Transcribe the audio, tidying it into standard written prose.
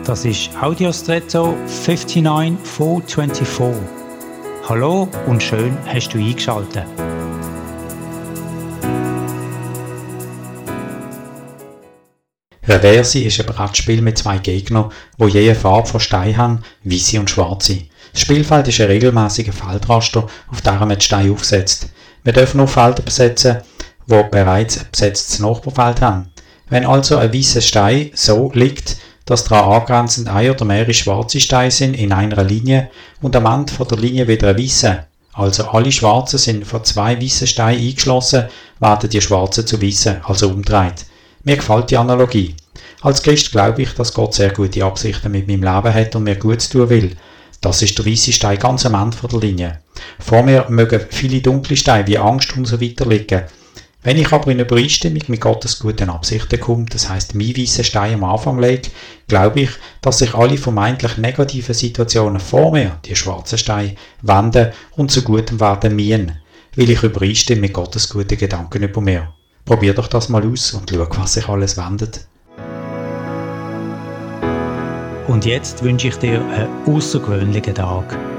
Das ist Audiostretto 59424. Hallo und schön hast du eingeschaltet. Reversi ist ein Brettspiel mit zwei Gegnern, die je eine Farbe von Steinen haben, weiße und schwarze. Das Spielfeld ist ein regelmäßiger Feldraster, auf dem man die Steine aufsetzt. Wir dürfen nur Felder besetzen, die bereits ein besetztes Nachbarfeld haben. Wenn also ein weißer Stein so liegt, dass daran angrenzend ein oder mehrere schwarze Steine sind in einer Linie und am Ende von der Linie wieder ein weißer, also alle Schwarzen sind von zwei weißen Steinen eingeschlossen, werden die Schwarzen zu weißen, also umgedreht. Mir gefällt die Analogie. Als Christ glaube ich, dass Gott sehr gute Absichten mit meinem Leben hat und mir Gutes tun will. Das ist der weiße Stein ganz am Ende der Linie. Vor mir mögen viele dunkle Steine wie Angst und so weiter liegen. Wenn ich aber in Übereinstimmung mit Gottes guten Absichten komme, das heisst, mein weißer Stein am Anfang lege, glaube ich, dass sich alle vermeintlich negativen Situationen vor mir, die schwarzen Steine, wenden und zu Gutem werden müssen, weil ich übereinstimme mit Gottes guten Gedanken über mir. Probier doch das mal aus und schau, was sich alles wendet. Und jetzt wünsche ich dir einen außergewöhnlichen Tag.